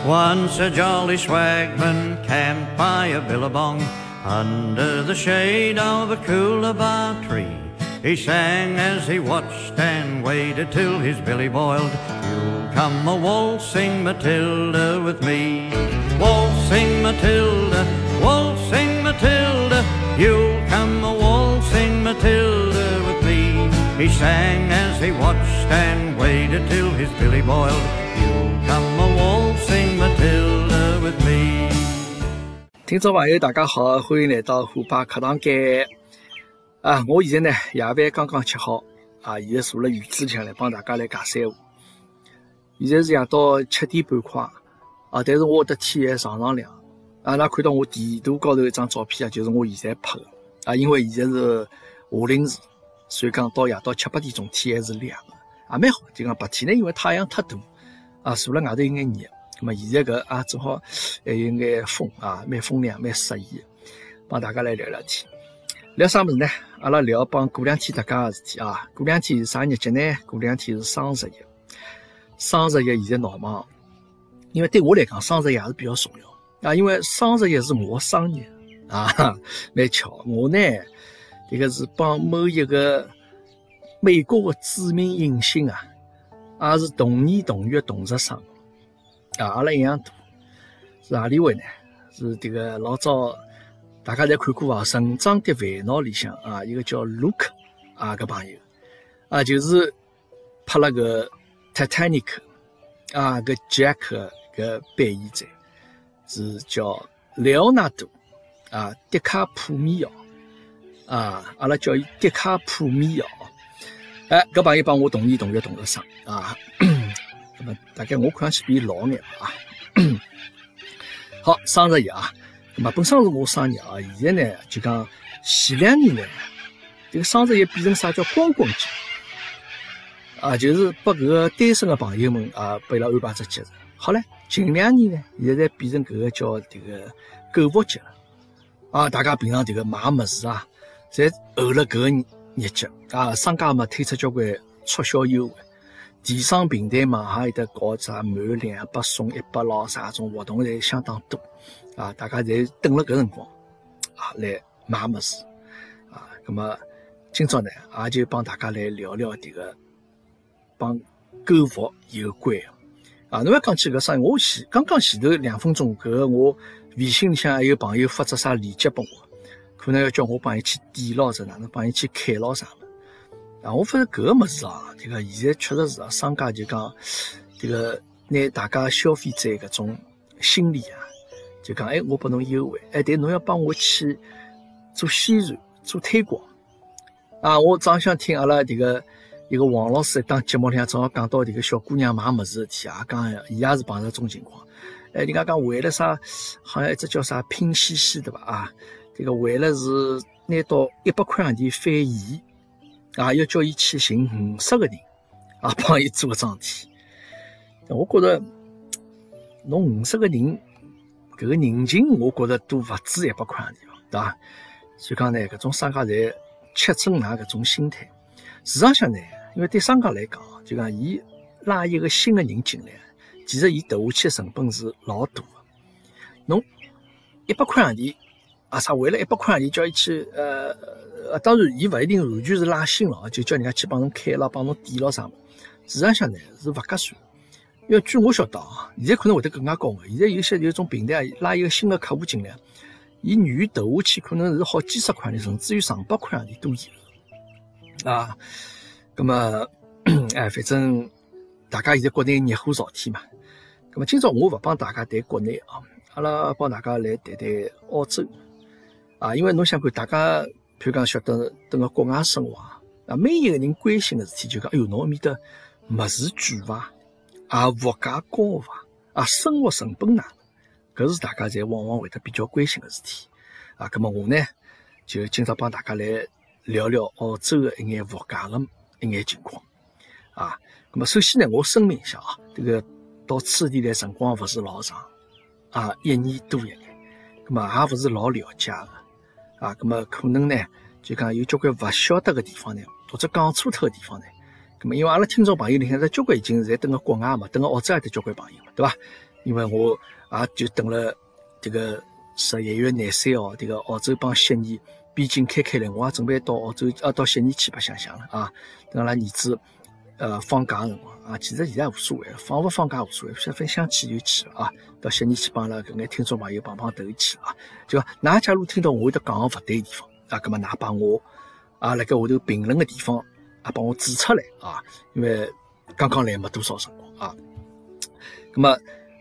Once a jolly swagman camped by a billabong under the shade of a coolabah tree. He sang as he watched and waited till his billy boiled. You'll come a waltzing Matilda with me. Waltzing Matilda, waltzing Matilda. You'll come a waltzing Matilda with me. He sang as he watched and waited till his billy boiled. You'll come a waltzing Matilda with me. 听众朋友大家好，欢迎来到虎爸课堂间。我现在呢夜饭刚刚吃好现在坐辣院子里向来帮大家来讲三胡。现在是夜到7点半快但是我的天还上亮那看到我地图高头一张照片就是我现在拍的因为现在是夏令时，所以讲到夜到7、8点钟天还是亮的蛮好。就讲白天呢因为太阳太大坐辣外头有眼热，那么现在搿正好还有眼风蛮风凉蛮适宜的，帮大家来聊聊天。聊啥物事呢？阿拉聊帮过两天大家的事体过两天是啥日节呢？过两天是双十一。双十一现在闹忙，因为对我来讲双十一还是比较重要因为双十一是我生日蛮巧。我呢这个是帮某一个美国的知名影星也是同年同月同日生阿拉一样大。是哪里位呢？是这个老早大家侪看过成长的烦恼里向一个叫卢克搿朋友就是拍了个 Titanic 搿 Jack 搿扮演者是叫莱昂纳多迪卡普米奥阿拉叫伊迪卡普米奥搿朋友帮我同年同月同日生那么大概我看上去比伊老眼好，生日夜那么本身是我生日现在呢就讲前2年呢这个生日夜变成啥叫光棍节就是拨搿个单身的朋友们拨伊拉安排只节日。好了，近2年呢现在变成搿个叫这个购物节了大家平常这个买物事侪候了搿个日节商家嘛推出交关促销优惠，电商平台嘛还有得搞啥满200送100咯啥种活动侪相当多大家侪等了搿辰光来买物事那么今朝呢也就帮大家来聊聊这个帮购物有关侬要讲起搿生意，我刚刚前头2分钟搿个我微信里向还有朋友发只啥链接拨我，可能要叫我帮伊去点咯哪能帮伊去开咯啥我发现搿个物事这个现在确实是商家就讲这个拿大家消费者搿种心理就讲我拨侬优惠但侬要帮我去做宣传做推广我早想听阿拉这个一个王老师在档节目里向正好讲到这个小姑娘买物事的事体讲伊也是碰着这种情况人家讲为了啥好像一只叫啥拼夕夕对吧这个为了是拿到100块洋钿返现要叫伊去寻50个人帮伊做搿桩事体。我觉得侬50个人搿个人情我觉得都勿止100块洋钿对吧？所以讲呢搿种商家侪吃准㑚搿种心态。市场上呢因为对商家来讲就讲伊拉一个新的人进来其实伊投下去的成本是老大的。侬100块洋钿啥为了100块洋钿叫伊去当然伊勿一定完全是拉新了就叫人家去帮侬开了帮侬点了啥市场上呢是勿合算。因为据我晓得现在可能会得更加高的，现在有些有种平台拉一个新的客户进来伊愿意投下去可能是好几十块洋钿甚至于上百块洋钿都有那么反正大家现在国内热火朝天嘛。那么今朝我勿帮大家谈国内阿拉帮大家来谈谈澳洲因为侬想看大家譬如讲晓得等个国外生活每一个人关心的事体就讲哎哟侬埃面搭物事贵伐物价高伐生活成本哪能，搿是大家侪往往会得比较关心的事体那么我呢就今朝帮大家来聊聊澳洲的一眼物价的一眼情况那么首先呢我声明一下这个到此地来辰光勿是老长1年多一眼，那么也勿是老了解的那么可能呢就讲有交关勿晓得的地方呢或者讲错脱的地方呢那么因为阿拉听众朋友里向交关已经侪等个国外嘛，等个澳洲也得交关朋友嘛对吧因为我也就等了这个11月廿3号，这个澳洲帮悉尼边境开了，我也准备到澳洲到悉尼去白相相了啊。等阿拉儿子放假的辰光啊，其实现在无所谓，放不放假无所谓，想去就去啊，到悉尼去帮阿拉搿眼听众朋友碰碰头去啊。就讲㑚假如听到我会得讲个勿对的地方啊，葛末㑚帮我啊辣盖下头评论个地方啊帮我指出来啊，因为刚刚来没多少辰光啊。葛末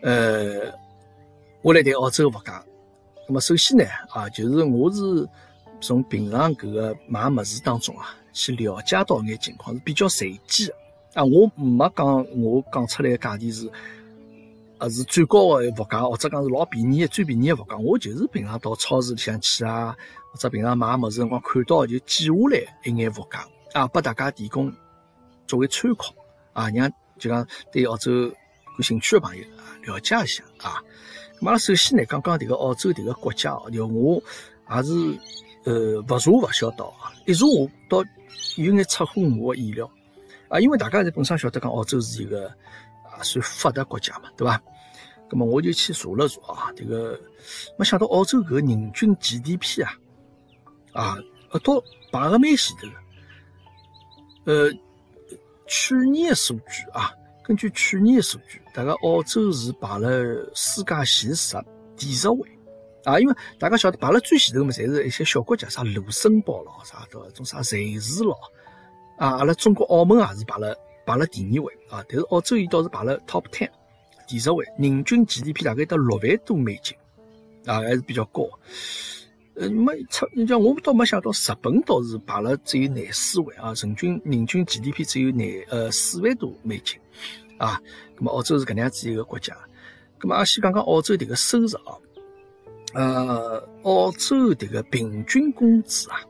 我来谈澳洲个物价。葛末首先呢啊，就是我是从平常搿个买物事当中啊，去了解到眼情况是比较随机的啊。我没讲我讲出来个价钿是最高的物价，或者讲是老便宜的最便宜的物价。我就是平常到超市里向去啊，或者平常买物事辰光看到就记下来一眼物价啊，拨大家提供作为参考啊，让就讲对澳洲感兴趣的朋友啊了解一下啊。咁阿拉首先呢，讲讲迭个澳洲迭个国家哦，就我也是勿查勿晓得啊，一查我倒有眼出乎我的意料啊，因为大家本身晓得讲澳洲是一个算发达国家嘛，对伐？咁么我就去查了查啊，这个没想到澳洲搿个人均 GDP 倒排个蛮前头的。去年的数据啊，根据去年的数据，大概澳洲是排了世界前第10位啊，因为大家晓得排了最前头嘛，侪是一些小国家，啥卢森堡咯，啥的，种啥瑞士咯啊，阿拉中国澳门也是排了第2位啊，但是澳洲伊倒是排了 Top 10第10位，人均 GDP 大概到6万多美金啊，还是比较高。你讲我倒没想到日本倒是排了只有廿4位啊，人均 GDP 只有4万多美金啊。那么澳洲是搿能样子一个国家。那么先讲讲澳洲迭个收入啊，澳洲迭个平均工资啊，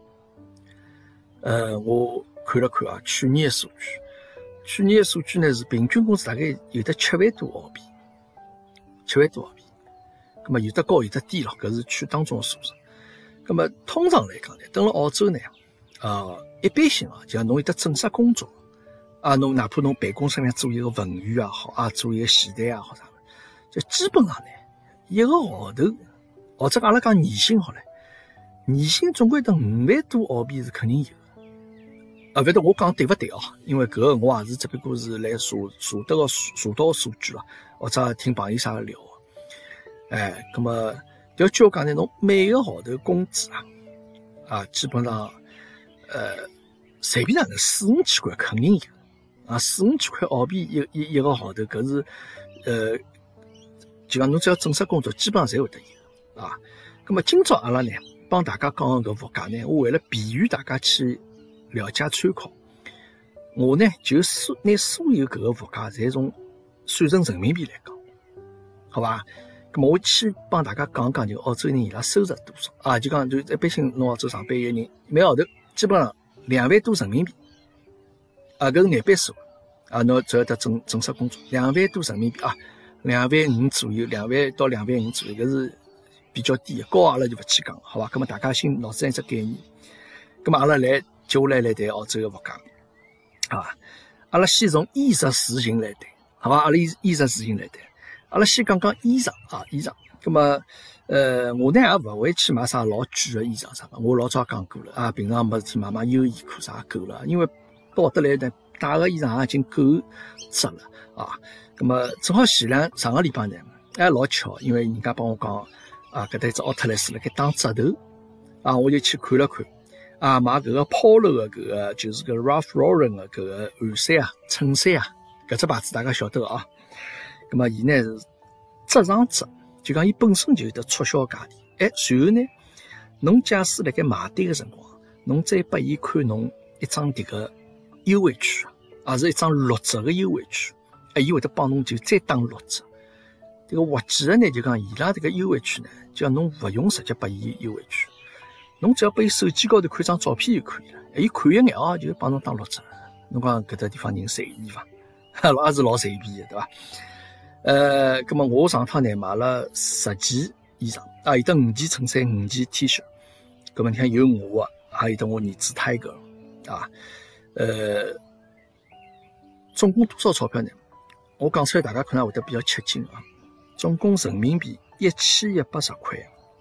我看了看啊，去年的数据呢是平均工资大概有得7万多澳币，7万多澳币。那么有得高有得低咯，搿是区当中的数字。那么通常来讲呢，等了澳洲呢，一般性啊，就像侬有得正式工作啊，侬哪怕侬办公室里面做一个文员也好啊，做一个前台也好啥的，就基本上呢，一个号头，或者阿拉讲年薪好了，年薪总归得5万多澳币是肯定有的。勿晓得我讲对勿对啊？因为搿个我也是只不过是来查到个数据了，或者听朋友啥聊。那么要叫我讲呢，侬每个号头工资基本上随便哪能4-5千块肯定有啊，4-5千块澳币一个号头，搿是就讲侬只要正式工作，基本上侪会得有啊。那么今朝阿拉呢帮大家讲个搿物价呢，我为了便于大家去了解参考，我呢就拿所有搿个物价侪从算成人民币来讲，好吧？咁么我去帮大家讲讲，就澳洲人伊拉收入多少啊？就讲就一般性侬澳洲上班一个人每号头基本上2万多人民币啊，搿是眼班数啊，侬只要得正式工作2万多人民币啊，2万5左右，2万到2万5左右，搿是比较低的，高阿拉就勿去讲，好吧？咁么大家先脑子一只概念。咁么阿拉接下来谈澳洲的物价啊，阿拉先从衣食住行来谈，好吧？阿拉衣食住行来谈。阿拉先讲讲衣裳啊，衣裳。咁么，我呢也勿会去买啥老贵的衣裳啥的。我老早讲过了啊，平常没事体买优衣库啥够了，因为到得来呢，带个衣裳也已经够值了啊。咁么正好前上个礼拜呢，还老巧，因为人家帮我讲啊，搿搭一只奥特莱斯辣盖打折头啊，我就去看了看啊，买搿个 Polo 的搿个就是搿 Ralph Lauren 的搿个汗衫啊、衬衫啊，搿只牌子大家晓得啊。咁么伊呢是折上折，就讲伊本身就有得促销价钿。随后呢，侬假使辣盖买单个辰光，侬再拨伊看侬一张迭个优惠券啊，是一张6折个优惠券，伊会得帮侬就再打6折。迭个滑稽个呢，就讲伊拉迭个优惠券呢，就讲侬勿用直接拨伊优惠券，侬只要拨伊手机高头看张照片就可以了，伊看一眼啊，就帮侬打6折。侬讲搿搭地方人随意伐？也是老随便的，对伐？咁么我上趟呢买了10件衣裳啊，有得5件衬衫、5件 T 恤。咁么你看有我还有得我儿子 Tiger 啊，总共多少钞票呢？我讲出来大家可能会得比较吃惊啊。 总共人民币1180块，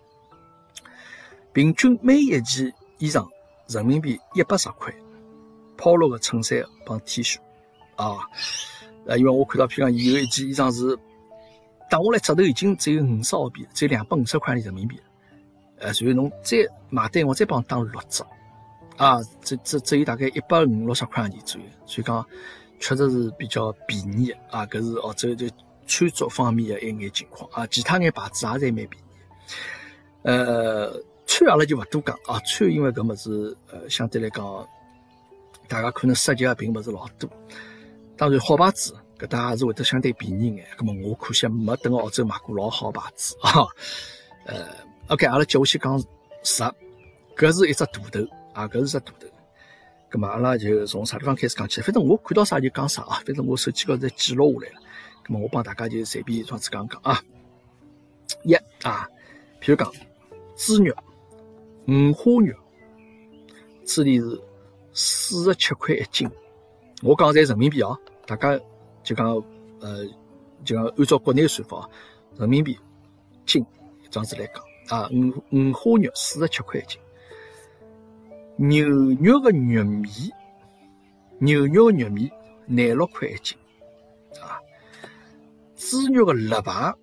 平均每一件衣裳人民币110块，polo 的衬衫帮 T 恤啊，因为我看到譬如讲有一件衣裳是打下来折头已经只有50澳币，只有250块钿人民币，然后侬再买单我再帮打6折啊，这只有大概150-160块钿左右，所以讲确实是比较便宜啊，搿是澳洲就穿着方面的一眼情况啊，其他眼牌子也侪蛮便宜。穿阿拉就勿多讲啊，穿因为搿物事相对来讲，大家可能涉及也并勿是老多。当然好牌子搿搭也是会得相对便宜眼，葛末我可惜没等澳洲买过老好牌子啊。OK， 阿拉接下去讲10，搿是一只大头啊，搿是只大头。葛末阿拉就从啥地方开始讲起？反正我看到啥就讲啥啊，反正我手机高头侪记录下来了。葛末我帮大家就随便一桩子讲讲啊。譬如讲猪肉。五花肉，此地是47块1斤。我讲在人民币啊，大家就讲就讲按照国内算法，人民币斤这样子来讲啊，五花肉47块1斤。牛肉的肉米96块1斤啊。猪肉的肋排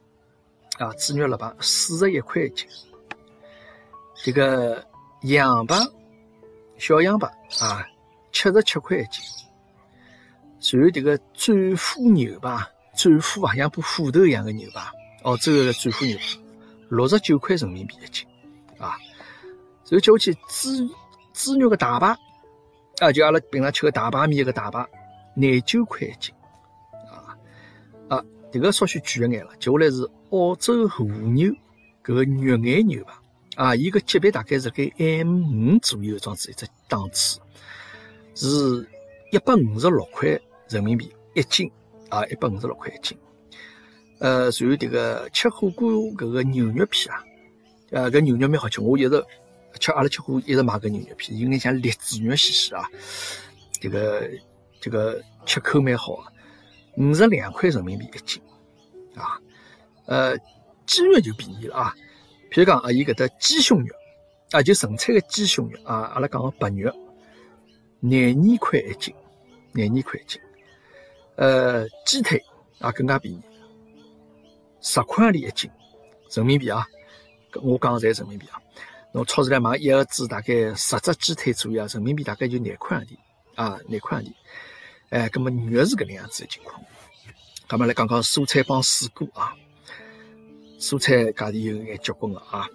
41块1斤。这个羊排，小羊排啊，77块1斤。然后这个战虎牛排，战虎啊，像部虎头一样的牛排，澳洲的战虎牛排，69块人民币1斤啊。然后接下去猪肉的大排啊，就阿拉平常吃个大排面个大排，29块1斤啊。这个稍许贵一眼了。接下来是澳洲和牛搿个肉眼牛排。啊，伊个级别大概是盖 M5 左右，这样子一只档次，是156块人民币1斤啊，156块1斤。然后这个吃火锅搿个牛肉片啊，搿牛肉蛮好吃，我一直阿拉吃火锅一直买搿牛肉片，有眼像栗子肉兮兮啊，这个吃口蛮好啊，52块人民币1斤啊。鸡肉就便宜了啊。譬如讲啊，伊搿搭鸡胸肉啊，就纯粹的鸡胸肉啊，阿拉讲个白肉，92块1斤，92块1斤。鸡腿啊更加便宜，10块钿1斤，人民币啊，我讲的侪人民币啊。侬超市来买一盒子大概10只鸡腿左右啊，人民币大概就2块钿啊，2块钿。葛末肉是搿能样子的情况。咁么来讲讲蔬菜帮水果啊。蔬菜价钿有眼结棍个啊，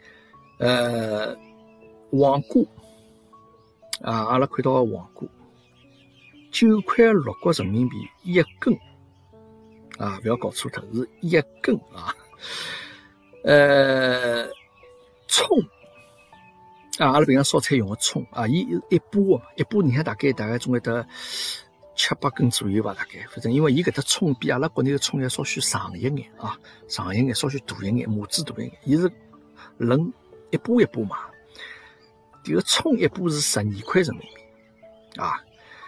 黄瓜啊，阿拉看到个黄瓜9块6角人民币1根啊，不要搞错脱，是1根啊。葱啊，阿拉平常烧菜用个葱啊，伊一把个嘛，一把你看大概总会得7-8根左右吧，大概。反正因为伊搿搭葱比阿拉国内的葱要稍许长一眼啊，长一眼，稍许大一眼，拇指大一眼。伊是论一把一把买，这个葱一把是12块人民币啊。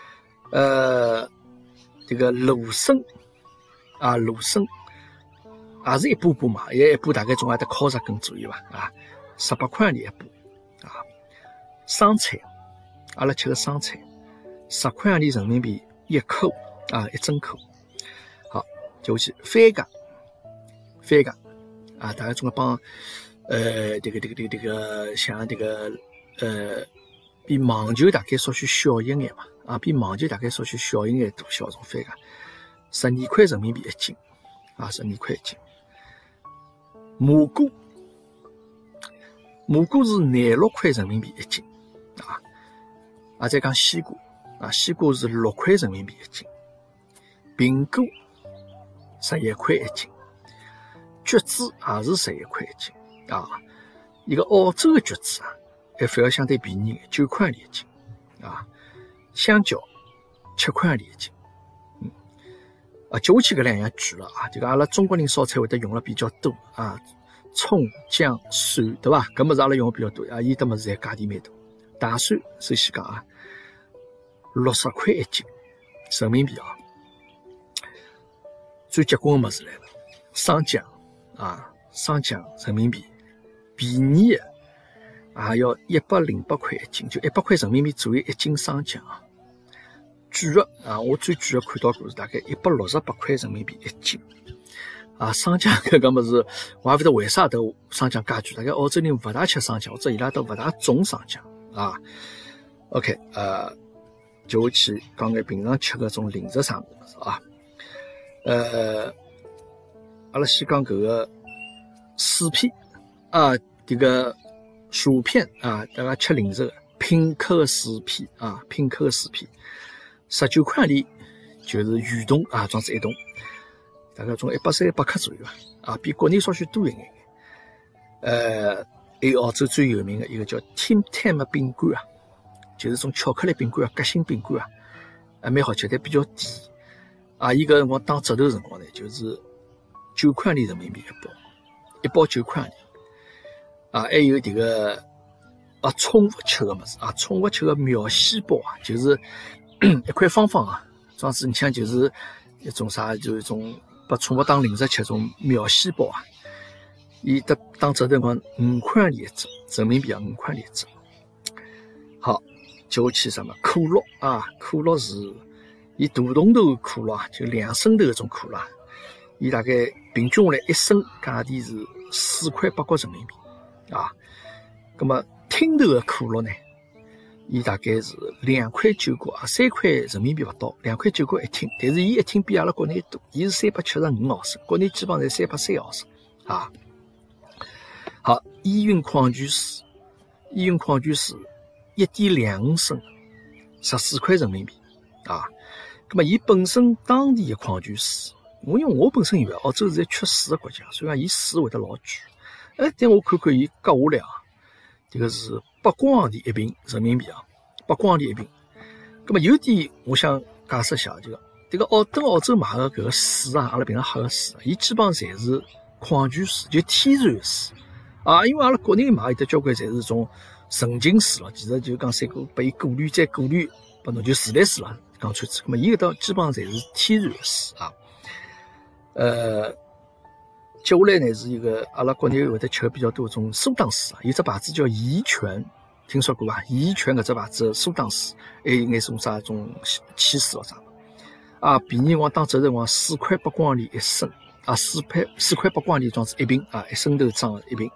这个芦笋啊，芦笋也是一把把买，一把大概总还得靠10根左右吧啊，18块钿一把啊。生菜，阿拉吃个生菜，10块钿人民币1口啊，一整口。好，接下去番茄啊，大家总归帮这个像这个比网球大概稍许小一眼嘛啊，比网球大概稍许小一眼大小种番茄，12块人民币1斤啊，12块1斤。蘑菇是26块人民币1斤啊，再讲西瓜啊，西瓜是6块人民币1斤，苹果11块1斤，橘子也是11块1斤啊。一个澳洲的橘子啊，还反而相对便宜，9块钿1斤啊。香蕉7块钿1斤，接下去搿两样贵了啊，这个阿拉中国人烧菜会得用了比较多啊，葱、姜、蒜，对伐？搿物事阿拉用的比较多啊，伊搭物事侪价钿蛮大。大蒜首先讲啊，60块1斤人民币啊。最结棍的物事来了， 生姜生姜人民币便宜的也要108块一斤，就100块人民币左右一斤生姜。贵的我最贵的看到过是大概168块人民币一斤。生姜搿个物事，我也勿晓得为啥头生姜介贵，大概澳洲人勿大吃生姜，或者伊拉都勿大种生姜OK， 就我去讲眼平常吃搿种零食啥物事阿拉先讲搿个薯片迭个薯片大家吃零食的品客薯片品客薯片19块钿就是圆筒装子一筒，大概种138克左右比国内稍许多一眼。还有澳洲最有名的一个叫 Tim Tam 饼干就是种巧克力饼干夹心饼干蛮好吃，但比较甜伊搿辰光打折头辰光呢，就是9块钿人民币一包9块钿还有迭个宠物吃的物事宠物吃的苗西包就是一块方方装子，你像就是一种啥，就是一种把宠物当零食吃种苗西包伊得打折头辰光5块钿一只，人民币5块钿一只。好，接下去什么可乐可乐是伊大桶头可乐就2升头搿种可乐，伊大概平均下来1升价钿是4块8角人民币那么听头的可乐呢，伊大概是2块9角3块人民币勿到，2块9角一听，但是伊一听比阿拉国内多，伊是375毫升，国内基本上侪330毫升好，依云矿泉水1.25升14块人民币那么伊本身当地的矿泉水，因为我本身以为澳洲是在缺水的国家，所以讲伊水会得老贵但我看看伊割下来这个是8公洋钿一瓶人民币8公洋钿一瓶。那么有点我想解释一下，这个等澳洲买的搿个水阿拉平常喝的水伊基本上侪是矿泉水，就天然的水因为阿拉国内买有的交关侪是种纯净水了，其实就讲三个把伊过滤再过滤拨侬就自来水了，讲穿子。那么伊搿搭基本上侪是天然的水接下来呢是一个阿拉国内会得吃的比较多种苏打水有只牌子叫怡泉，听说过伐？怡泉搿只牌子苏打水还有眼种啥种汽水咯啥便宜光打折辰光4块8公洋钿一升4块8公洋钿装子一瓶1升头装的一瓶。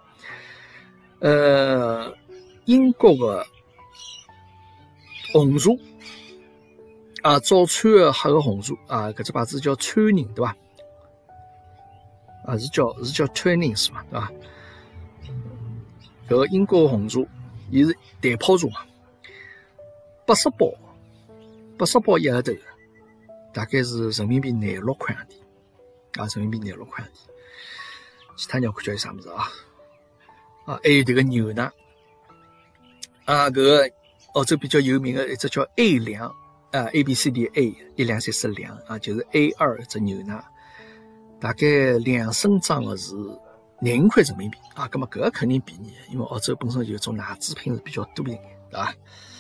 英国的红茶早餐的喝的红茶搿只牌子叫川宁对伐？是叫 Twinings 嘛，对吧？搿个英国红茶，伊是蛋泡茶嘛，80包一盒头，大概是人民币26块洋钿，人民币26块洋钿。其他鸟看叫有啥物事还有迭个牛奶搿个澳洲比较有名的一只叫 A 2A B C D A 1、2、3、4、2就是 A2 一只牛奶。大概2升装的是20块人民币那么搿个肯定便宜，因为澳洲本身就种奶制品是比较多一点，对伐？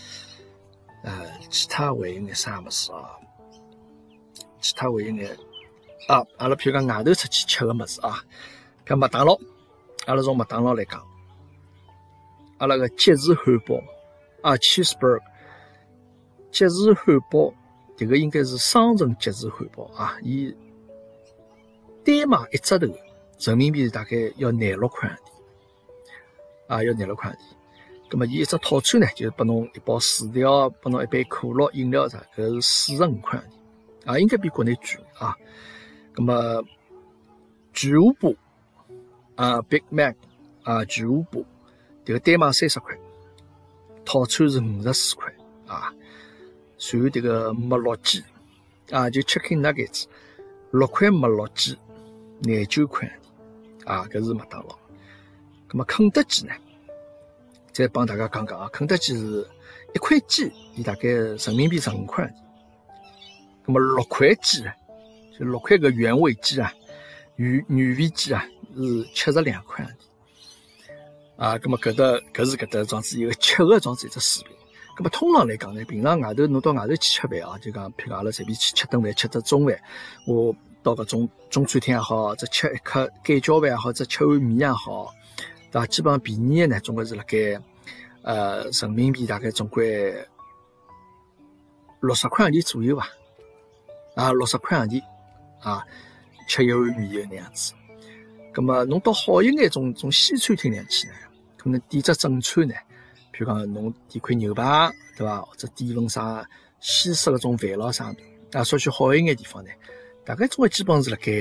其他还有眼啥物事其他还有眼阿拉譬如讲外头出去吃个物事像麦当劳，阿拉从麦当劳来讲，阿拉个节日汉堡cheeseburger 节日汉堡，迭个应该是双层节日汉堡伊单买一只头人民币大概要26块洋钿要26块洋钿。那么伊一只套餐呢，就是拨侬一包薯条，拨侬一杯可乐饮料啥，搿是45块洋钿应该比国内贵那么巨无霸Big Mac 巨无霸迭个单买30块，套餐是54块然后迭个麦乐鸡就 Chicken Nuggets 6块麦乐鸡29块搿是麦当劳。那么肯德基呢，再帮大家讲讲肯德基是1块鸡伊大概人民币15块洋钿。那么6块鸡就6块个原味鸡原味鸡是72块洋钿那么搿是搿搭装子一个吃的装子一只水平。那么通常来讲呢，平常外头侬到外头去吃饭就讲譬如阿拉随便去吃顿饭，吃只中饭，我到搿种中餐厅也好，只吃一颗盖浇饭也好，只吃碗面也好，对伐？基本上便宜的呢，总归是辣盖人民币大概总归60块洋钿左右吧，60块洋钿吃一碗面的那样子。咁么侬到好一眼种西餐厅里去呢，可能点只正餐呢，譬如讲侬点块牛排，对伐？或者点份啥西式搿种饭咯啥的，稍许好一眼地方呢，大概总归基本是辣盖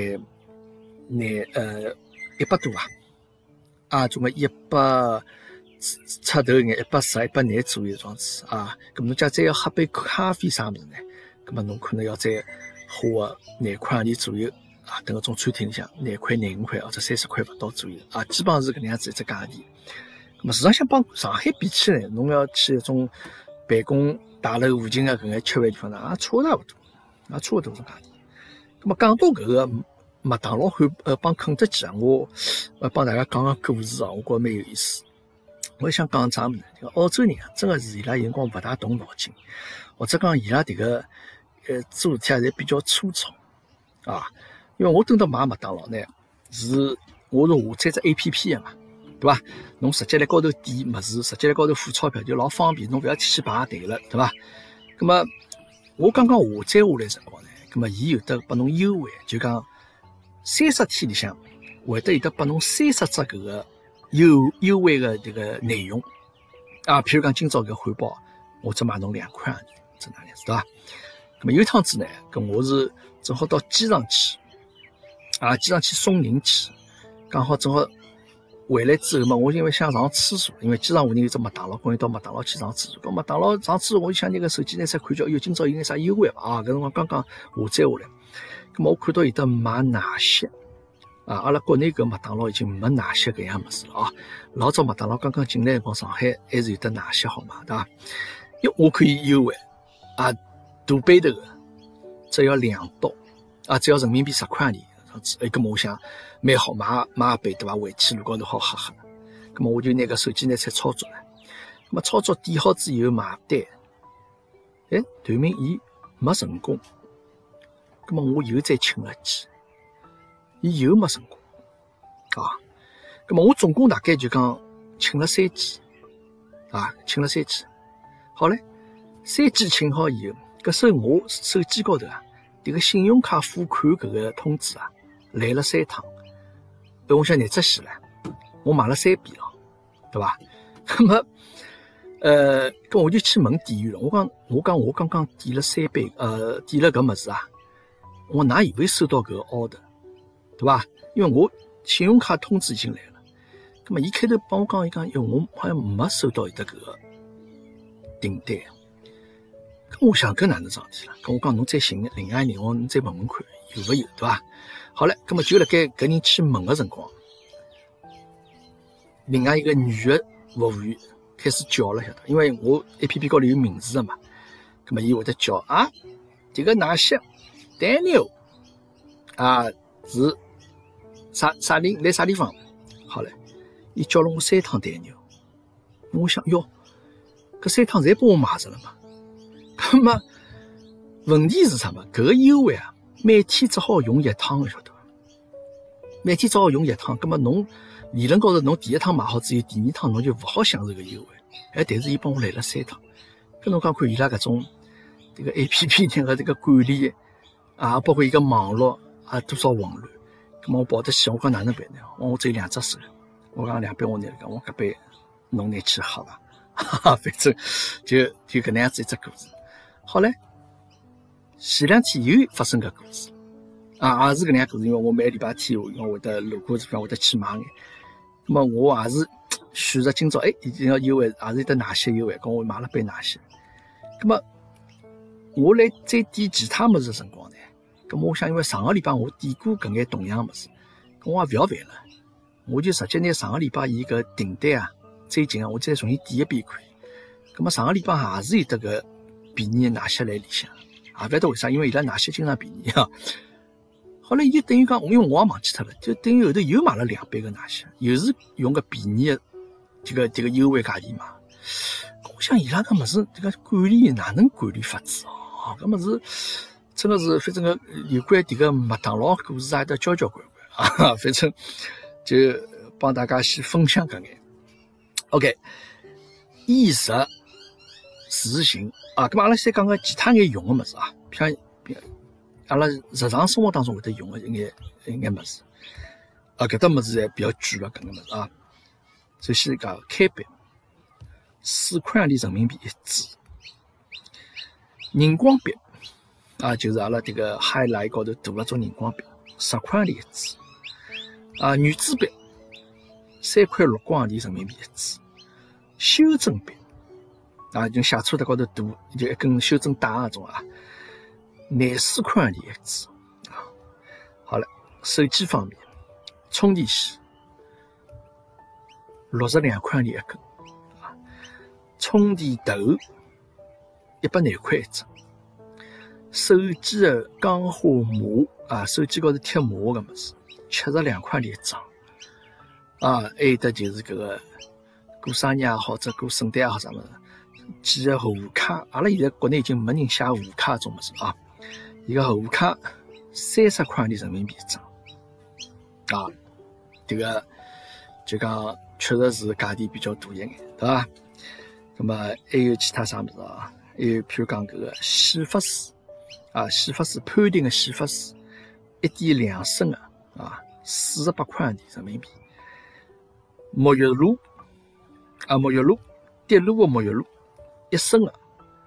100多总归100出头一眼，110、100内左右这样子咁侬假再要喝杯咖啡啥物事呢，咁么侬可能要再花个2块洋钿左右等搿种餐厅里向2块、5块或者30块勿到左右基本上是搿能样子一只价钿。咁么事实上帮上海比起来，侬要去一种办公大楼附近的搿眼吃饭地方呢，差勿多种价钿。咁么讲到搿个麦当劳帮肯德基我帮大家讲个故事我觉着蛮有意思。我想讲啥物事？这个澳洲人真的是伊拉有辰光勿大动脑筋，或者讲伊拉迭个做事体侪比较粗糙因为我等到买麦当劳呢，我是下载只 APP 的嘛，对伐？侬直接辣高头点物事，直接辣高头付钞票就老方便，侬勿要去排队了，对伐？咁么我刚刚下载下来辰光呢，咁么伊有得拨侬优惠，就讲30天里向会得有得拨侬30只搿个优惠的这个内容譬如讲今朝搿汉堡我只买侬2块洋钿，这哪样子对伐？咁么有趟子呢，搿我是正好到机场去机场去送人去，刚好正好回来之后嘛，我因为想上厕所，因为机场附近有只麦当劳，跟伊到麦当劳去上厕所。搿麦当劳上厕所，我就想拿个手机拿出来看叫，今朝有眼啥优惠伐？搿辰光刚刚下载下来，咁么我看到有得买奶昔阿拉国内搿麦当劳已经没奶昔搿样物事了老早麦当劳刚刚进来辰光，上海还是有得奶昔好买，对伐？我可以优惠大杯头个，只要2刀只要人民币10块洋钿。搿么我想蛮好，买一杯对伐？回去路高头好喝喝。搿么我就拿个手机拿出来操作了。搿么操作点好之后买单，断明伊没成功。搿么我又再请了记，伊又没成功搿么我总共大概就讲请了3记请了3记。好嘞，3记请好以后，搿时候我手机高头迭个信用卡付款搿个通知来了3趟，我想拿只戏了，我买了3遍了，对伐？那么，搿我就去问店员了。我讲我刚刚点了3杯，点了搿物事我哪以为收到搿个 order， 对伐？因为我信用卡通知已经来了。那么伊开头帮我讲，伊讲，我好像没收到有得搿个订单。咁我想搿哪能桩事体了？咁我讲侬再寻另外人，侬再问问看有勿有，对伐？好了，咁么就辣盖搿人去问个辰光，另外一个女的服务员开始叫了，晓得？因为我 APP 高头有名字的嘛，咁么伊会得叫这个哪些 Daniel 是啥人来啥地方？好了，伊叫了我3趟 Daniel， 我想哟，搿3趟侪帮我买着了嘛。咁么问题是啥嘛？搿个优惠每天只好用1趟，晓得伐？每天只好用1趟，咁么侬理论高头侬第一趟买好之后，第2趟侬就勿好享受搿优惠。但是伊帮我来了3趟，搿侬讲看伊拉搿种这个 APP 呢个这个管理包括伊个网络多少混乱。咁么我跑得去，我讲哪能办呢？我只有2只手，我讲2杯我拿了，我搿杯侬拿去喝伐？反正就搿能样子一只故事。好嘞，前2天又发生个故事，也是搿能样故事。因为我每礼拜天我会得路过地方会得去买眼，那么我也是选择今朝一定要优惠，也是有得奶昔优惠，跟我买了杯奶昔。那么我来再点其他物事的辰光呢，咁我想因为上个礼拜我点过搿眼同样物事，咁我也勿要烦了，我就直接拿上个礼拜伊搿订单最近我再重新点一遍看。咁么上个礼拜也是有得搿便宜的奶昔来里向，勿晓得为啥，因为伊拉奶昔经常便宜后来伊等于讲，因为我也忘记脱了，就等于后头又买了2杯个奶昔，又是用个便宜的这个优惠价钿买。我想伊拉搿物事这个管理哪能管理法子搿物事真个是，反正个有关迭个麦当劳故事也得交交关关啊，反正就帮大家先分享搿眼。OK， 衣食住行啊，咁阿拉先讲讲其他眼用个物事啊，像阿拉日常生活当中会得用个一眼物事啊，搿搭物事侪比较贵了，搿个物事啊。首先讲开笔，4块洋钿人民币一支，荧光笔啊，就是阿拉这个 highlight 高头涂了种荧光笔，10块洋钿一支啊，圆珠笔3块6角洋钿人民币一支，修正笔啊，就写错在高头涂，就一根修正带那种啊，24块洋钿一支啊。好了，手机方面，充电线62块洋钿一根啊，充电头100块一只，手机的钢化膜啊，手机高头贴膜个物事，72块洋钿一张啊，还有得就是搿个过生日也好，或者过圣诞也好啥物事，寄个贺卡，阿拉现在国内已经没人写贺卡这种物事啊，伊个贺卡30块洋钿人民币一张啊，这个就讲确实是价钿比较大一眼，对伐？那么还有其他啥物事啊？还有譬如讲搿个洗发水啊，洗发水潘婷个洗发水1.2升个啊，48块洋钿人民币。沐浴露啊，沐浴露滴露个沐浴露1升个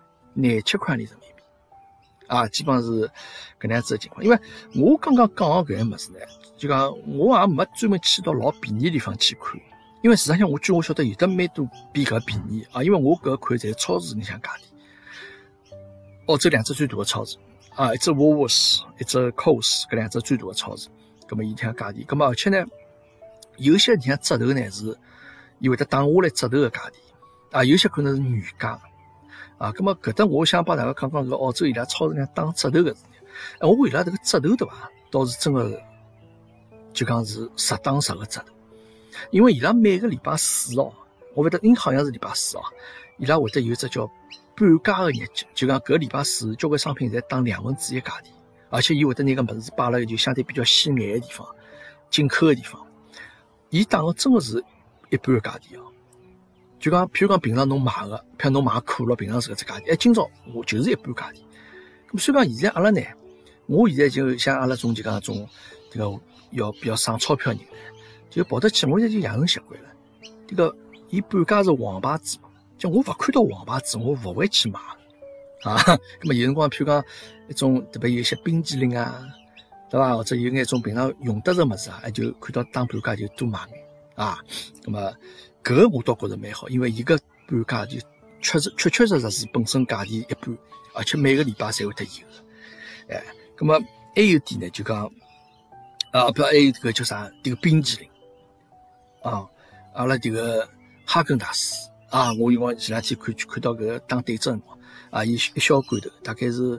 27块洋钿人民币啊，基本上是搿能样子的情况。因为我刚刚讲个搿个物事呢，就讲我也没专门去到老便宜的地方去看，因为事实上据我晓得有的蛮多比搿便宜啊，因为我搿看侪是超市里向价钿。澳洲2只最大的超市啊，一只 Woolworths， 一只 Coles， 搿2只最大的超市。葛末伊听价钿，葛末而且呢，有些像折头呢是伊会得打下来折头的价钿啊，有些可能是原价啊。葛末搿搭我想帮大家讲讲搿澳洲伊拉超市里向打折头个事体。我为了迭个折头对伐，倒是真个就讲是实打实个折头，因为伊拉每个礼拜4哦，我勿晓得好像是礼拜4哦，伊拉会得有一只叫半价个日节，就讲搿礼拜4交关商品侪打1/2价钿，而且伊会得拿个物事摆辣就相对比较显眼个地方，进口个地方，伊打个真个是一半个价钿哦。就讲譬如讲平常侬买个，譬如侬买可乐，平常是搿只价钿，今朝我就是一半价钿。咁虽然讲现在阿拉呢，我现在就像阿拉种就讲种这个要比较省钞票人呢，就跑得去，我现在就养成习惯了。这个伊半价是黄牌子，就我勿看到黄牌子，我勿会去买啊。咁么有辰光，譬如讲一种特别有一些冰淇淋啊，对伐？或者有眼种平常用得着物事啊，就看到打半价就多买眼啊。咁么搿个我倒觉着蛮好，因为伊个半价就确实是本身价钿一半，而且每个礼拜侪会得有的。咁么还有点呢，就讲啊，不还有这个叫啥？这个冰淇淋啊，阿拉这个哈根达斯啊，我前两天看到搿个打对折啊，伊一小罐头大概是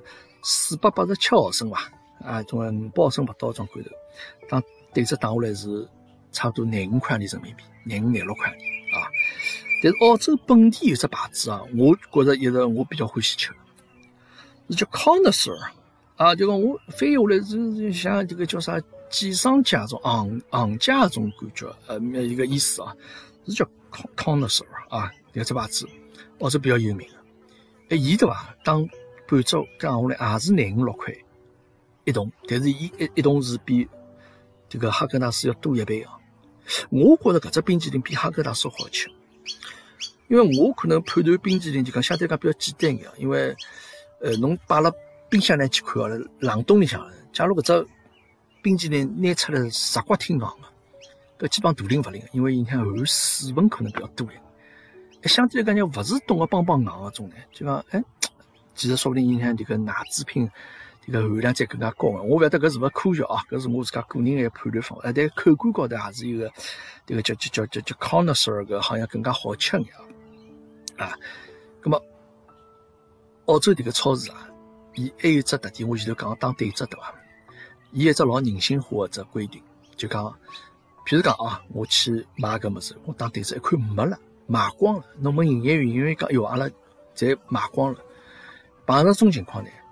487毫升吧，啊，种500毫升勿到种罐头，打对折打下来是差不多95块钿人民币，95、96块钿啊。但是澳洲本地有只牌子啊，我觉着一直我比较欢喜吃，是叫 Connoisseur 啊，就讲我翻译下来是像这个叫啥几商家种行家种感觉，一个意思啊，是叫 Connoisseur 啊，这个只牌子澳洲比较有名的。伊对伐，打半折讲下来也是95、96块一桶，但是伊一桶是比这个哈根达斯要多1倍啊。我觉着搿只冰淇淋比哈根达斯好吃。因为我可能判断冰淇淋就讲相对讲比较简单一点，因为侬摆辣冰箱里去看啊，冷冻里向，假如搿只冰淇淋拿出来直刮挺爽的，搿基本上大灵勿灵，因为你看含水分可能比较多一，相对来讲勿是冻个邦邦硬个种呢，就讲其实说不定你看这个奶制品这个含量再更加高个，我勿晓得搿是勿是科学啊，搿是我自家个人个判断方法，但口感高头也是一个这个叫 Connoisseur 搿好像更加好吃眼啊。咁么澳洲迭个超市啊，伊还有只特点，我前头讲打对折对伐？伊有一只老人性化的只规定，就讲，譬如讲啊，我去买搿物事，我打对折一看没了，卖光了。侬问营业员，营业员讲，哟，阿拉侪卖光了。碰着种情况呢，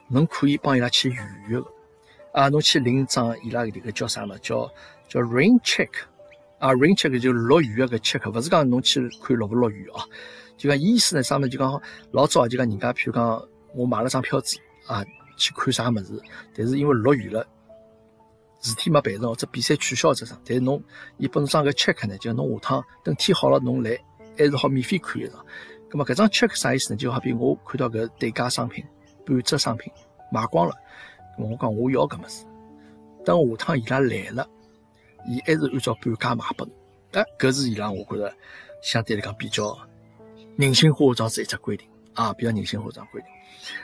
侬可以帮伊拉去预约个。侬去领张伊拉搿个叫啥嘛？叫 rain check。rain check 就落雨个 check， 勿是讲侬去看落勿落雨啊。就讲意思呢，啥物事就讲老早就讲人家，譬如讲我买了张票子去看啥物事，但是因为落雨了，事体没办成，或者比赛取消这场，但是侬伊拨侬张个 check 呢，就侬下趟等天好了侬来，还是好免费看一场。咁么搿张 check 啥意思呢？就好比我看到搿对价商品、半折商品卖光了，我讲我要搿物事，等下趟伊拉来了，伊还是按照半价卖拨侬。搿是伊拉我觉着相对来讲比较人性化这样子一只规定比较人性化这样规定。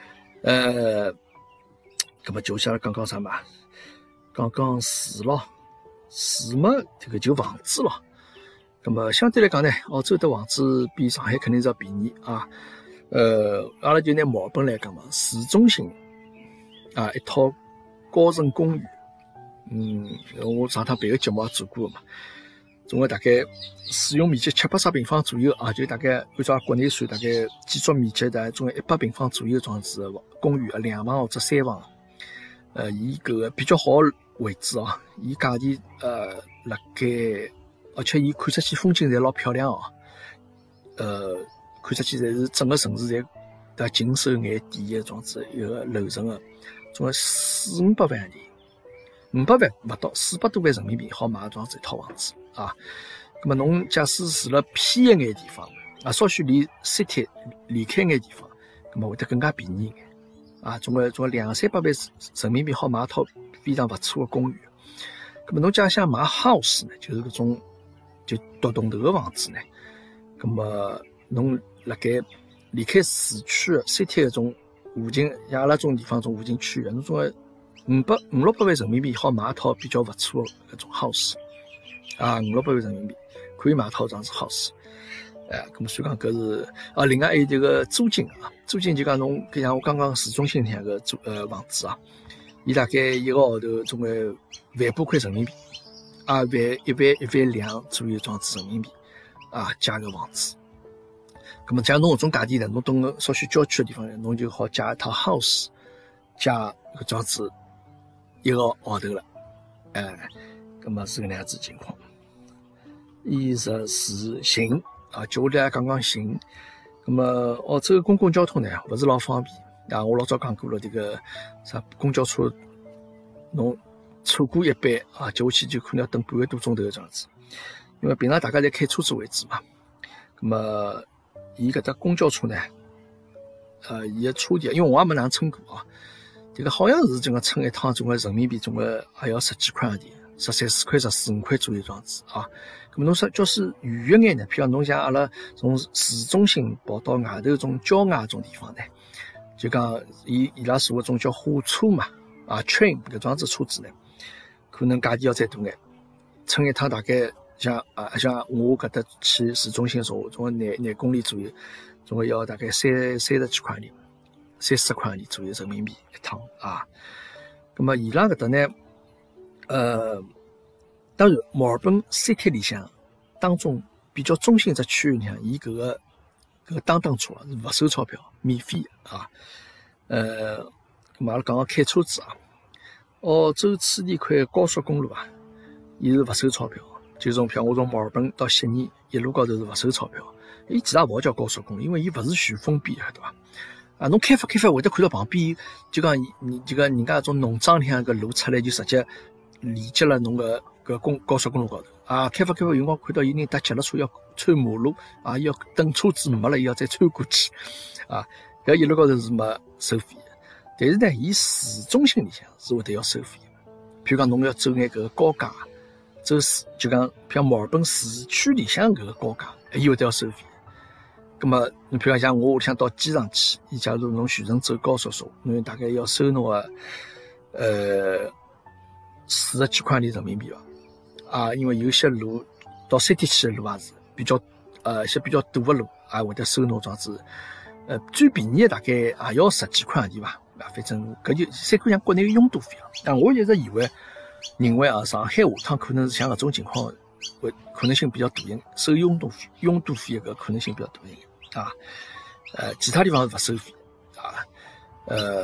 咁么就下来讲啥嘛？讲住咯，住嘛这个就房子咯。咁么相对来讲呢，澳洲的房子比上海肯定是要便宜阿拉就拿墨尔本来讲嘛，市中心一套高层公寓，我上趟别个节目也做过嘛，总共大概使用面积780平方左右就大概按照国内算，大概建筑面积大概总共100平方左右这样子的公寓2房或者3房。伊搿个比较好的位置伊价钿辣盖，而且伊看出去风景侪老漂亮看出去侪是整个城市侪尽收眼底的这样子一个楼层的，总共400-500万钿，500万勿到400多万人民币好买这样子一套房子咁么侬假使住了偏一眼地方稍许离 city 离开眼地方，咁么会得更加便宜眼总共200-300万人民币好买一套非常勿错的公寓。咁么侬假想买 house 呢，就是搿种就独栋头的房子呢，咁么侬辣盖离开市区的 city 搿种附近，像阿拉种地方种附近区域，侬总归500-600万人民币好买一套比较勿错的搿种 house500-600万人民币可以买一套这样子 house。咁么所以讲搿是另外还有这个租金租金就讲侬像我刚刚市中心那个房子伊大概一个号头总归1万把块人民币1万两左右这样子人民币加个房子。咁么假如侬搿种价钿呢，侬到个稍许郊区的地方呢，侬就好加一套 house 加搿这样子一个号头了咁么是搿能样子情况。衣食住行就下来讲讲行。咁么澳洲公共交通呢勿是老方便我老早讲过了，这个啥公交车侬错过一班接下去就可能要等半个多钟头这样子，因为平常大家在开车子为主嘛。咁么伊搿搭公交车呢伊的车钿，因为我也没哪能称过这个好像是这个称一趟总归人民币总归也要10几块钿，13、14块、14、15块左右这样子咁么侬说就是远一眼呢，譬如侬像阿拉从市中心跑到外头种郊外种地方呢，就讲伊拉坐搿种叫火车嘛train 搿种样子车子呢，可能价钿要再大眼，乘一趟大概像我搿搭去市中心坐总归廿公里左右，总归要大概30几块钿，30块钿左右人民币一趟咁么伊拉搿搭呢当然墨尔本 city 里向当中比较中心只区域里向，伊搿个当车是勿收钞票，免费咁阿拉讲讲开车子澳洲此地块高速公路伊是勿收钞票，就从譬如我从墨尔本到悉尼一路高头是勿收钞票。伊其实勿好叫高速公路，因为伊勿是旋风边对伐侬开发会得看到旁边就讲你这个人家种农庄里向个路出来就直接连接了侬个高速公路高头开发有辰光看到有人搭脚踏车要穿马路要等车子没了要再穿过去搿一路高头是没收费的。但是呢伊市中心里向是会得要收费的，譬如讲侬要走眼搿个高架，走就讲譬如墨尔本市区里向搿个高架伊会得要收费。咁么你譬如像我屋里向到机场去，伊假如侬选择走高速车，侬大概要收侬个40几块钿人民币因为有些路到city去的路也是比较一些比较大的路会得收侬这样子最便宜的大概也要10几块钿吧反正搿就三看像国内的拥堵费但我一直认为上海下趟可能是像搿种情况可能性比较大一点，收拥堵费搿可能性比较大一点其他地方是勿收费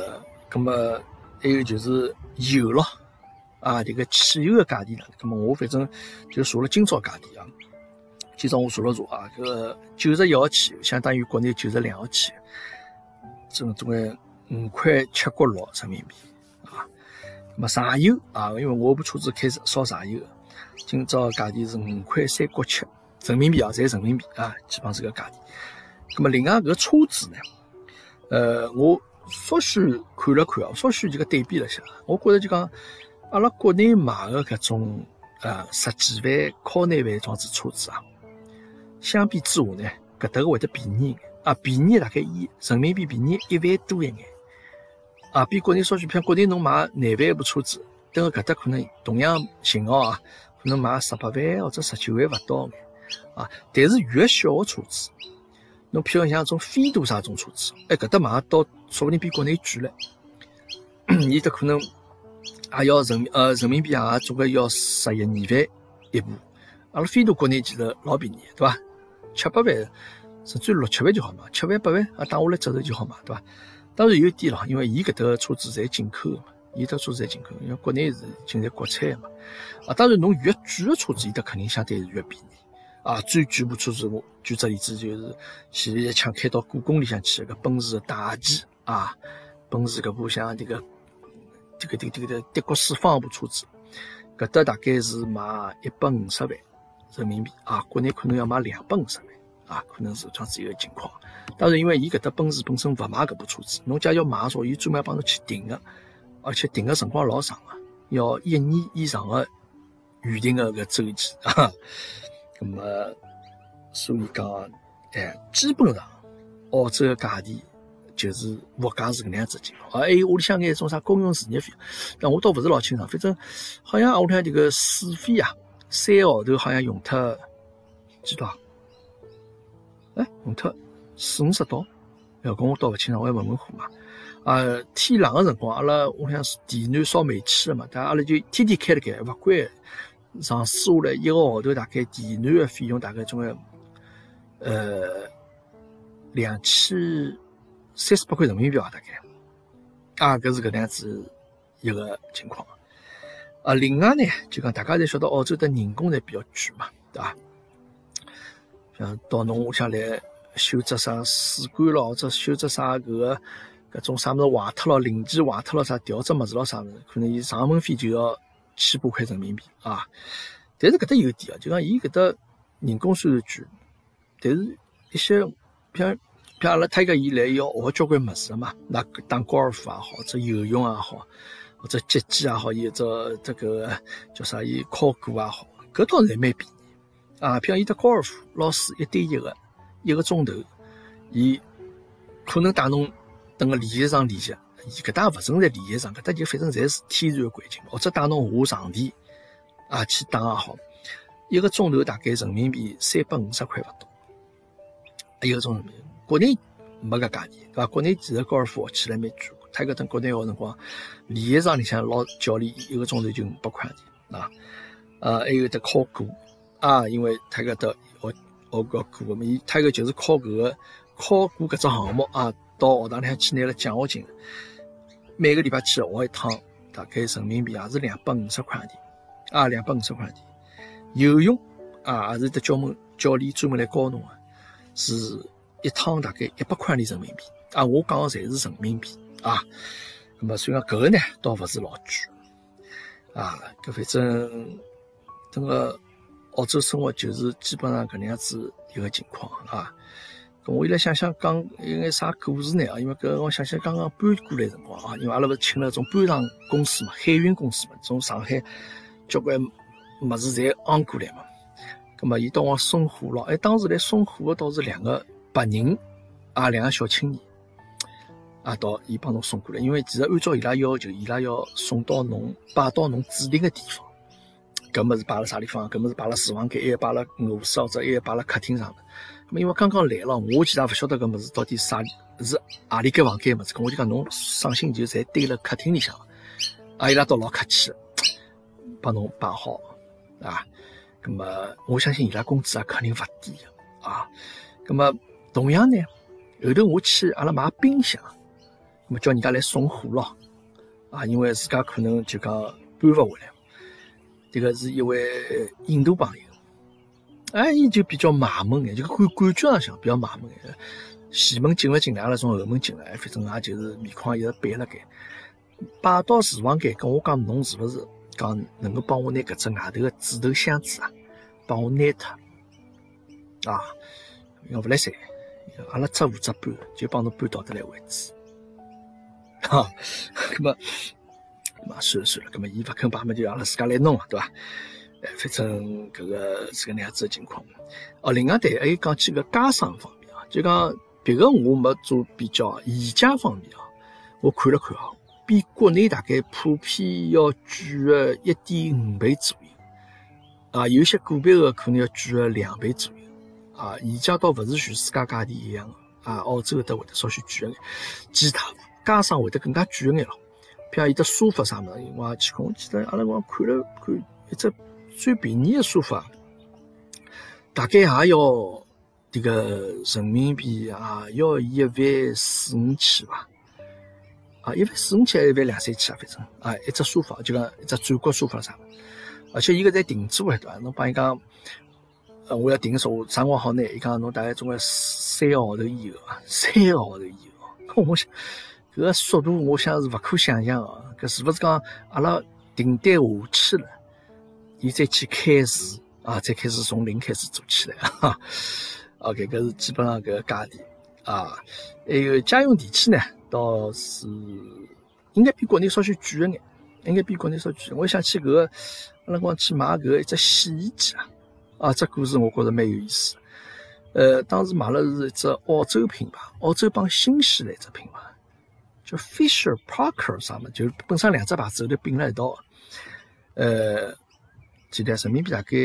咁么还有就是油咯，这个汽油的价钿呢，咁么我反正就查了今朝价钿啊。今朝我查了查啊，搿个91号汽油相当于国内92号汽油，总归5.76块人民币啊。咁么柴油啊，因为我部车子开始烧柴油的，今朝价钿是5.37块人民币啊，侪人民币啊，基本上是个价钿。咁么另外搿车子呢，我稍许看了看啊，稍许这个对比了一下，我觉着就讲阿拉国内买的搿种10几万、靠内万装子车子啊，相比之下呢，搿搭个会得便宜啊，便宜大概以人民币便宜1万多一眼啊，比国内稍许，比如国内侬买廿万一部车子，等个搿搭可能同样型号啊，可能买18万或者19万勿到眼啊，但是越小个车子，侬譬如像种飞度啥种车子，搿搭买到说不定比国内贵了，伊得可能也要人民币也总归要11、2万一部，阿拉飞度国内其实老便宜，对伐？7、8万，甚至6、7万就好买，7万、8万啊打下来折头就好买，对伐？当然有一点咯，因为伊搿搭个车子侪进口个嘛，伊搭车子侪进口，因为国内是现在国产个嘛。啊，当然侬越贵个车子，伊搭肯定相对是越便宜。啊，最贵部车子我举只例子就是前一枪开到故宫里向去个奔驰的大 G 啊，奔驰搿部像这个德国四方部车子，搿搭大概是卖150万人民币啊，国内可能要卖250万啊，可能是这样子一个情况。当然，因为伊搿搭奔驰本身勿卖搿部车子，侬假要买说，伊专门要帮侬去订个，而且订个辰光老长个，要1年以上个预定个搿周期啊。那么，所以讲，基本上澳洲个价钿就是物价是搿能样子情况。还有屋里向眼种啥公用事业费，但我倒勿是老清爽，反正好像屋里向这个水费啊，3个号头好像用脱几多少？用脱40-50刀。搿我倒勿清爽，我还问问货嘛。天冷个辰光，阿拉屋里向电暖烧煤气个嘛，但阿拉就天天开了盖，勿关。上市下来一个号头，大概电暖的费用大概总归2300块人民币吧，大概搿是搿能样子一个情况。另外呢，就讲大家侪晓得澳洲的人工侪比较贵嘛，对伐？像到侬屋里向来修只啥水管咯，或者修只啥搿种啥物事坏脱咯，零件坏脱咯，啥调只物事咯，啥物事，可能伊上门费就要1000多块人民币啊。但是搿搭有点就讲伊搿搭人工虽然贵，但是一些像阿拉他伊来要学交关物事嘛，那打高尔夫也好，或者游泳也好，或者击剑也好，伊这个叫啥，伊考古也好，搿倒是蛮便宜啊。譬如伊搭高尔夫老师1对1个1个钟头，伊可能带侬等个练习场练习。伊搿搭勿存在练习场，搿搭就反正侪是天然个环境，或者带侬下场地去打也好，1个钟头大概人民币350块勿到，1个钟头。国内没搿价钿，对伐？国内其实高尔夫学起来蛮贵，他搿等国内学辰光，练习场里向老教练1个钟头就500块钿啊。还有得考古因为他搿搭学搿古嘛，他搿就是考搿只项目到学堂里向去拿了奖学金。每个礼拜去学一趟，大概人民币也是250块钿，250块钿。游泳也是得教练专门来教侬个，是一趟大概100块钿人民币我讲个侪是人民币那么所以讲搿个呢，倒勿是老贵搿反正整个澳洲生活就是基本上搿能样子一个情况咁我现在想想讲有眼啥故事呢因为搿我想想刚刚搬过来辰光因为阿拉勿是请了种搬上公司嘛，海运公司嘛，从上海交关物事侪昂过来嘛。咁么伊到我送货咯，当时来送货的倒是2个白人2个小青年到伊帮侬送过来，因为其实按照伊拉要求，伊拉要送到侬摆到侬指定的地方。搿么是摆辣啥地方？搿么是摆辣厨房间，还摆辣卧室或者还摆辣客厅上的。咁因为刚刚来了，我其实也勿晓得搿物事到底是何里间房间物事，咁我就讲侬省心就侪堆辣客厅里向，伊拉倒老客气，帮侬摆好咁么我相信伊拉工资肯定勿低咁么同样呢，后头我去阿拉买冰箱， 么叫人家来送货咯，因为自家可能就讲搬勿回来。这个是一位印度朋友，伊就比较卖萌眼，就感觉上比较卖萌眼。前门进勿进来，阿拉从后门进来，反正也就是面孔一直板辣盖，摆到厨房间，跟我讲侬是勿是讲能够帮我拿搿只外头个指头箱子帮我拿脱要勿来塞，阿拉只负责搬，就帮侬搬到得来为止。咁么算了，咁么伊勿肯摆嘛，就阿拉自家来弄对伐？反正搿个是搿能样子的情况。另外对，还有讲起搿家商方面就讲别个我没做比较，宜家方面我看了看比国内大概普遍要贵个 1.5 倍左右。有些个别个可能要贵个2倍左右。宜家倒勿是全世界价钿一样个，澳洲会得稍许贵一眼，其他家商会得更加贵一眼咯。譬如有的沙发啥物事，我也去看，我记得阿拉光看了看一只最便宜的沙发，大概也要这个人民币要14000-15000吧。14000-15000还是12000-13000反正一只沙发就讲一只转角沙发啥，而且伊搿在定做对伐？侬帮伊讲，我要订啥辰光好呢？伊讲侬大概总归3个号头以后，3个号头以后，我想搿个速度，我想是勿可想象搿是勿是讲阿拉订单下去了，伊再去开始再开始从零开始做起来OK， 搿是基本上搿个价钿还有家用电器呢，倒是应该比国内稍许贵一眼，应该比国内稍贵。我想起搿个阿拉光去买搿一只洗衣机这故事我觉着蛮有意思。当时买了是一只澳洲品牌，澳洲帮新西兰一只品牌，叫 Fisher Parker 啥么，就是本身两只牌子后头并了一道。记得人民币大概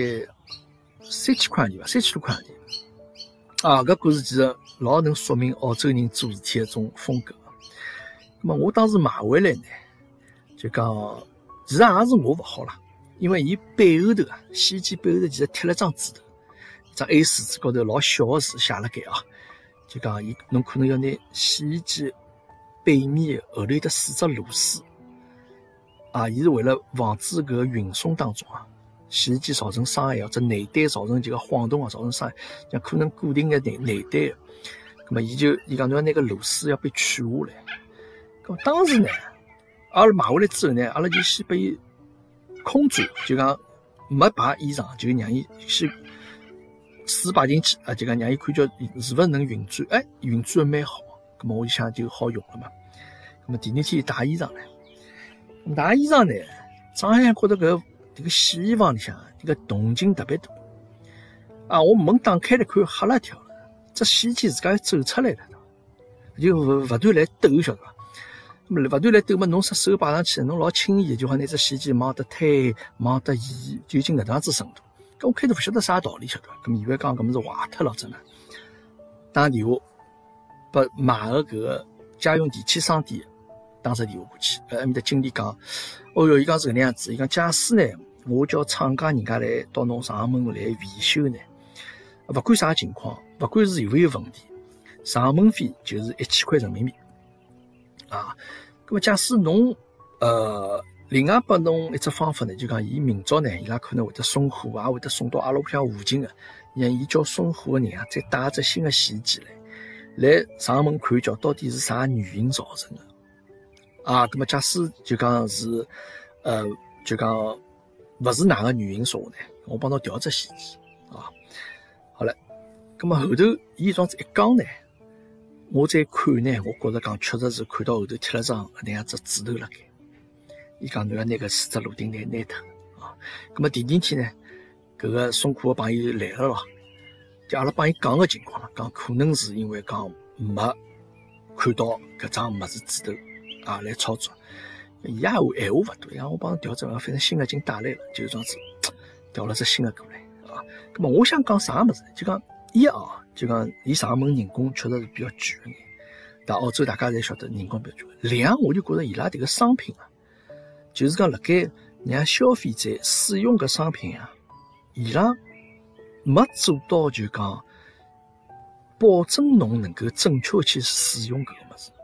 3000块钿吧，3000多块钿。搿故事其实老能说明澳洲人做事体的种风格。那么我当时买回来呢，就讲其实也是我勿好啦，因为伊背后头洗衣机背后头其实贴了张纸头，一张 A4 纸高头老小个字写辣盖就讲伊侬可能要拿洗衣机背面后头有得4只螺丝伊是为了防止搿个运送当中洗衣机造成伤害或者内胆造成这个晃动造成伤害，像可能固定的内胆的，那么伊讲侬要拿个螺丝要被取下来。咁当时呢，阿拉买回来之后呢，阿拉就先把伊空转，就讲没摆衣裳，就让伊先水摆进去就讲让伊看叫是勿是能运转，运转得蛮好，咁么我就想就好用了嘛。咁么第二天洗衣裳呢，洗衣裳呢，上海觉得这个洗衣房里向这个动静特别大我门打开来看吓了一跳，这洗衣机自家又走出来了，就勿断来抖晓得伐？那么勿断来抖嘛，侬手摆上去，侬老轻易就好拿只洗衣机往得推往得移，就已经搿能样子程度。搿我开头勿晓得啥道理晓得伐？咁以为讲搿么是坏脱了真的。打电话把买个搿个家用电器商店打只电话过去，埃面的经理讲，伊讲是搿能样子，伊讲假使呢，我叫厂家人家来到侬上门来维修呢，勿管啥情况，勿管是有没有问题，上门费就是1000块人民币咁么假使侬另外拨侬一只方法呢，就讲伊明朝呢，伊拉可能会得送货也会得送到阿拉屋里向附近个，让伊叫送货个人再带一只新个洗衣机来上门看叫到底是啥原因造成的咁么假使就讲是就讲勿是哪个原因说呢，我帮侬调只洗衣机好了，咁么后头伊这样子一讲呢，我再看呢，我觉着讲确实是看到后头贴了张搿能样子纸头辣盖，伊讲侬要拿搿4只螺钉拿脱咁么第二天呢，搿个送货个朋友来了咯，就阿拉帮伊讲个情况了，讲可能是因为讲没看到搿张物事纸头来操作，伊闲话勿多，伊讲我帮侬调只，反正新个已经带来了，就这样子调了只新个过来咁么我想讲啥物事，就讲就讲伊上门人工确实是比较贵一眼，但澳洲大家侪晓得人工比较贵。两我就觉着伊拉迭个商品就是讲辣盖让消费者使用搿商品伊拉没做到就讲保证侬能够正确去使用搿个物事。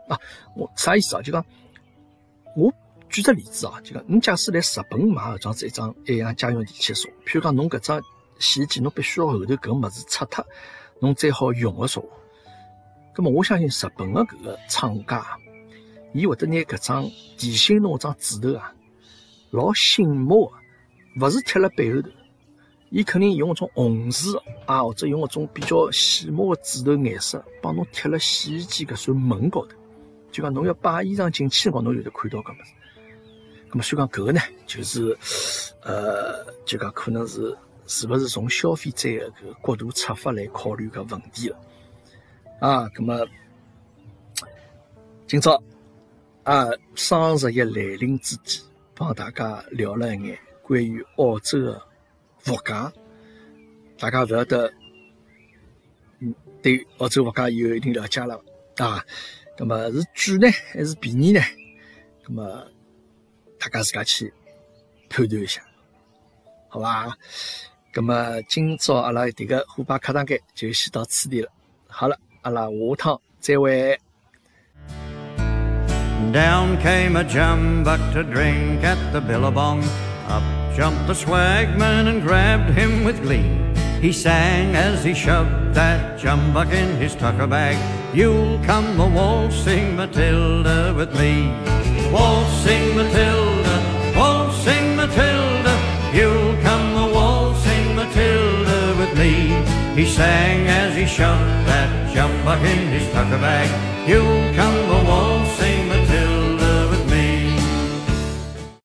啊，我啥意思啊？就讲我举个例子啊，就讲侬假使来日本买搿桩子一样家用电器说，譬如讲侬搿只洗衣机侬必须要后头搿物事拆脱，侬再好用个说。咁么我相信日本个搿个厂家，伊会得拿搿张提醒侬搿张纸头啊，老醒目个，勿是贴辣背后头。伊肯定用搿种红字啊，或者用搿种比较醒目的纸头颜色，帮侬贴辣洗衣机搿扇门高头。就讲侬要摆衣裳进去辰光，侬就得看到搿物事。咁么所以讲搿个呢，就是就讲可能是勿是从消费者的搿个角度出发来考虑搿问题了。啊，咁么今朝啊双十一来临之际，帮大家聊了一眼关于澳洲的物价，大家勿晓得对澳洲物价有一定了解了啊。咁么是贵呢还是便宜呢？咁么大家自家去判断一下，好吧？咁么今朝阿拉迭个虎爸课堂间就先到此地了。好了，阿拉下趟再会。 Down came a jumbuck to drink at the billabong. Up jumped the swagman and grabbed him with glee. He sang as he shoved that jumbuck in his tucker bag. You'll come a waltzing Matilda with me. Waltzing Matilda, waltzing Matilda. You'll come a waltzing Matilda with me. He sang as he shoved that jumbuck in his tucker bag. You'll come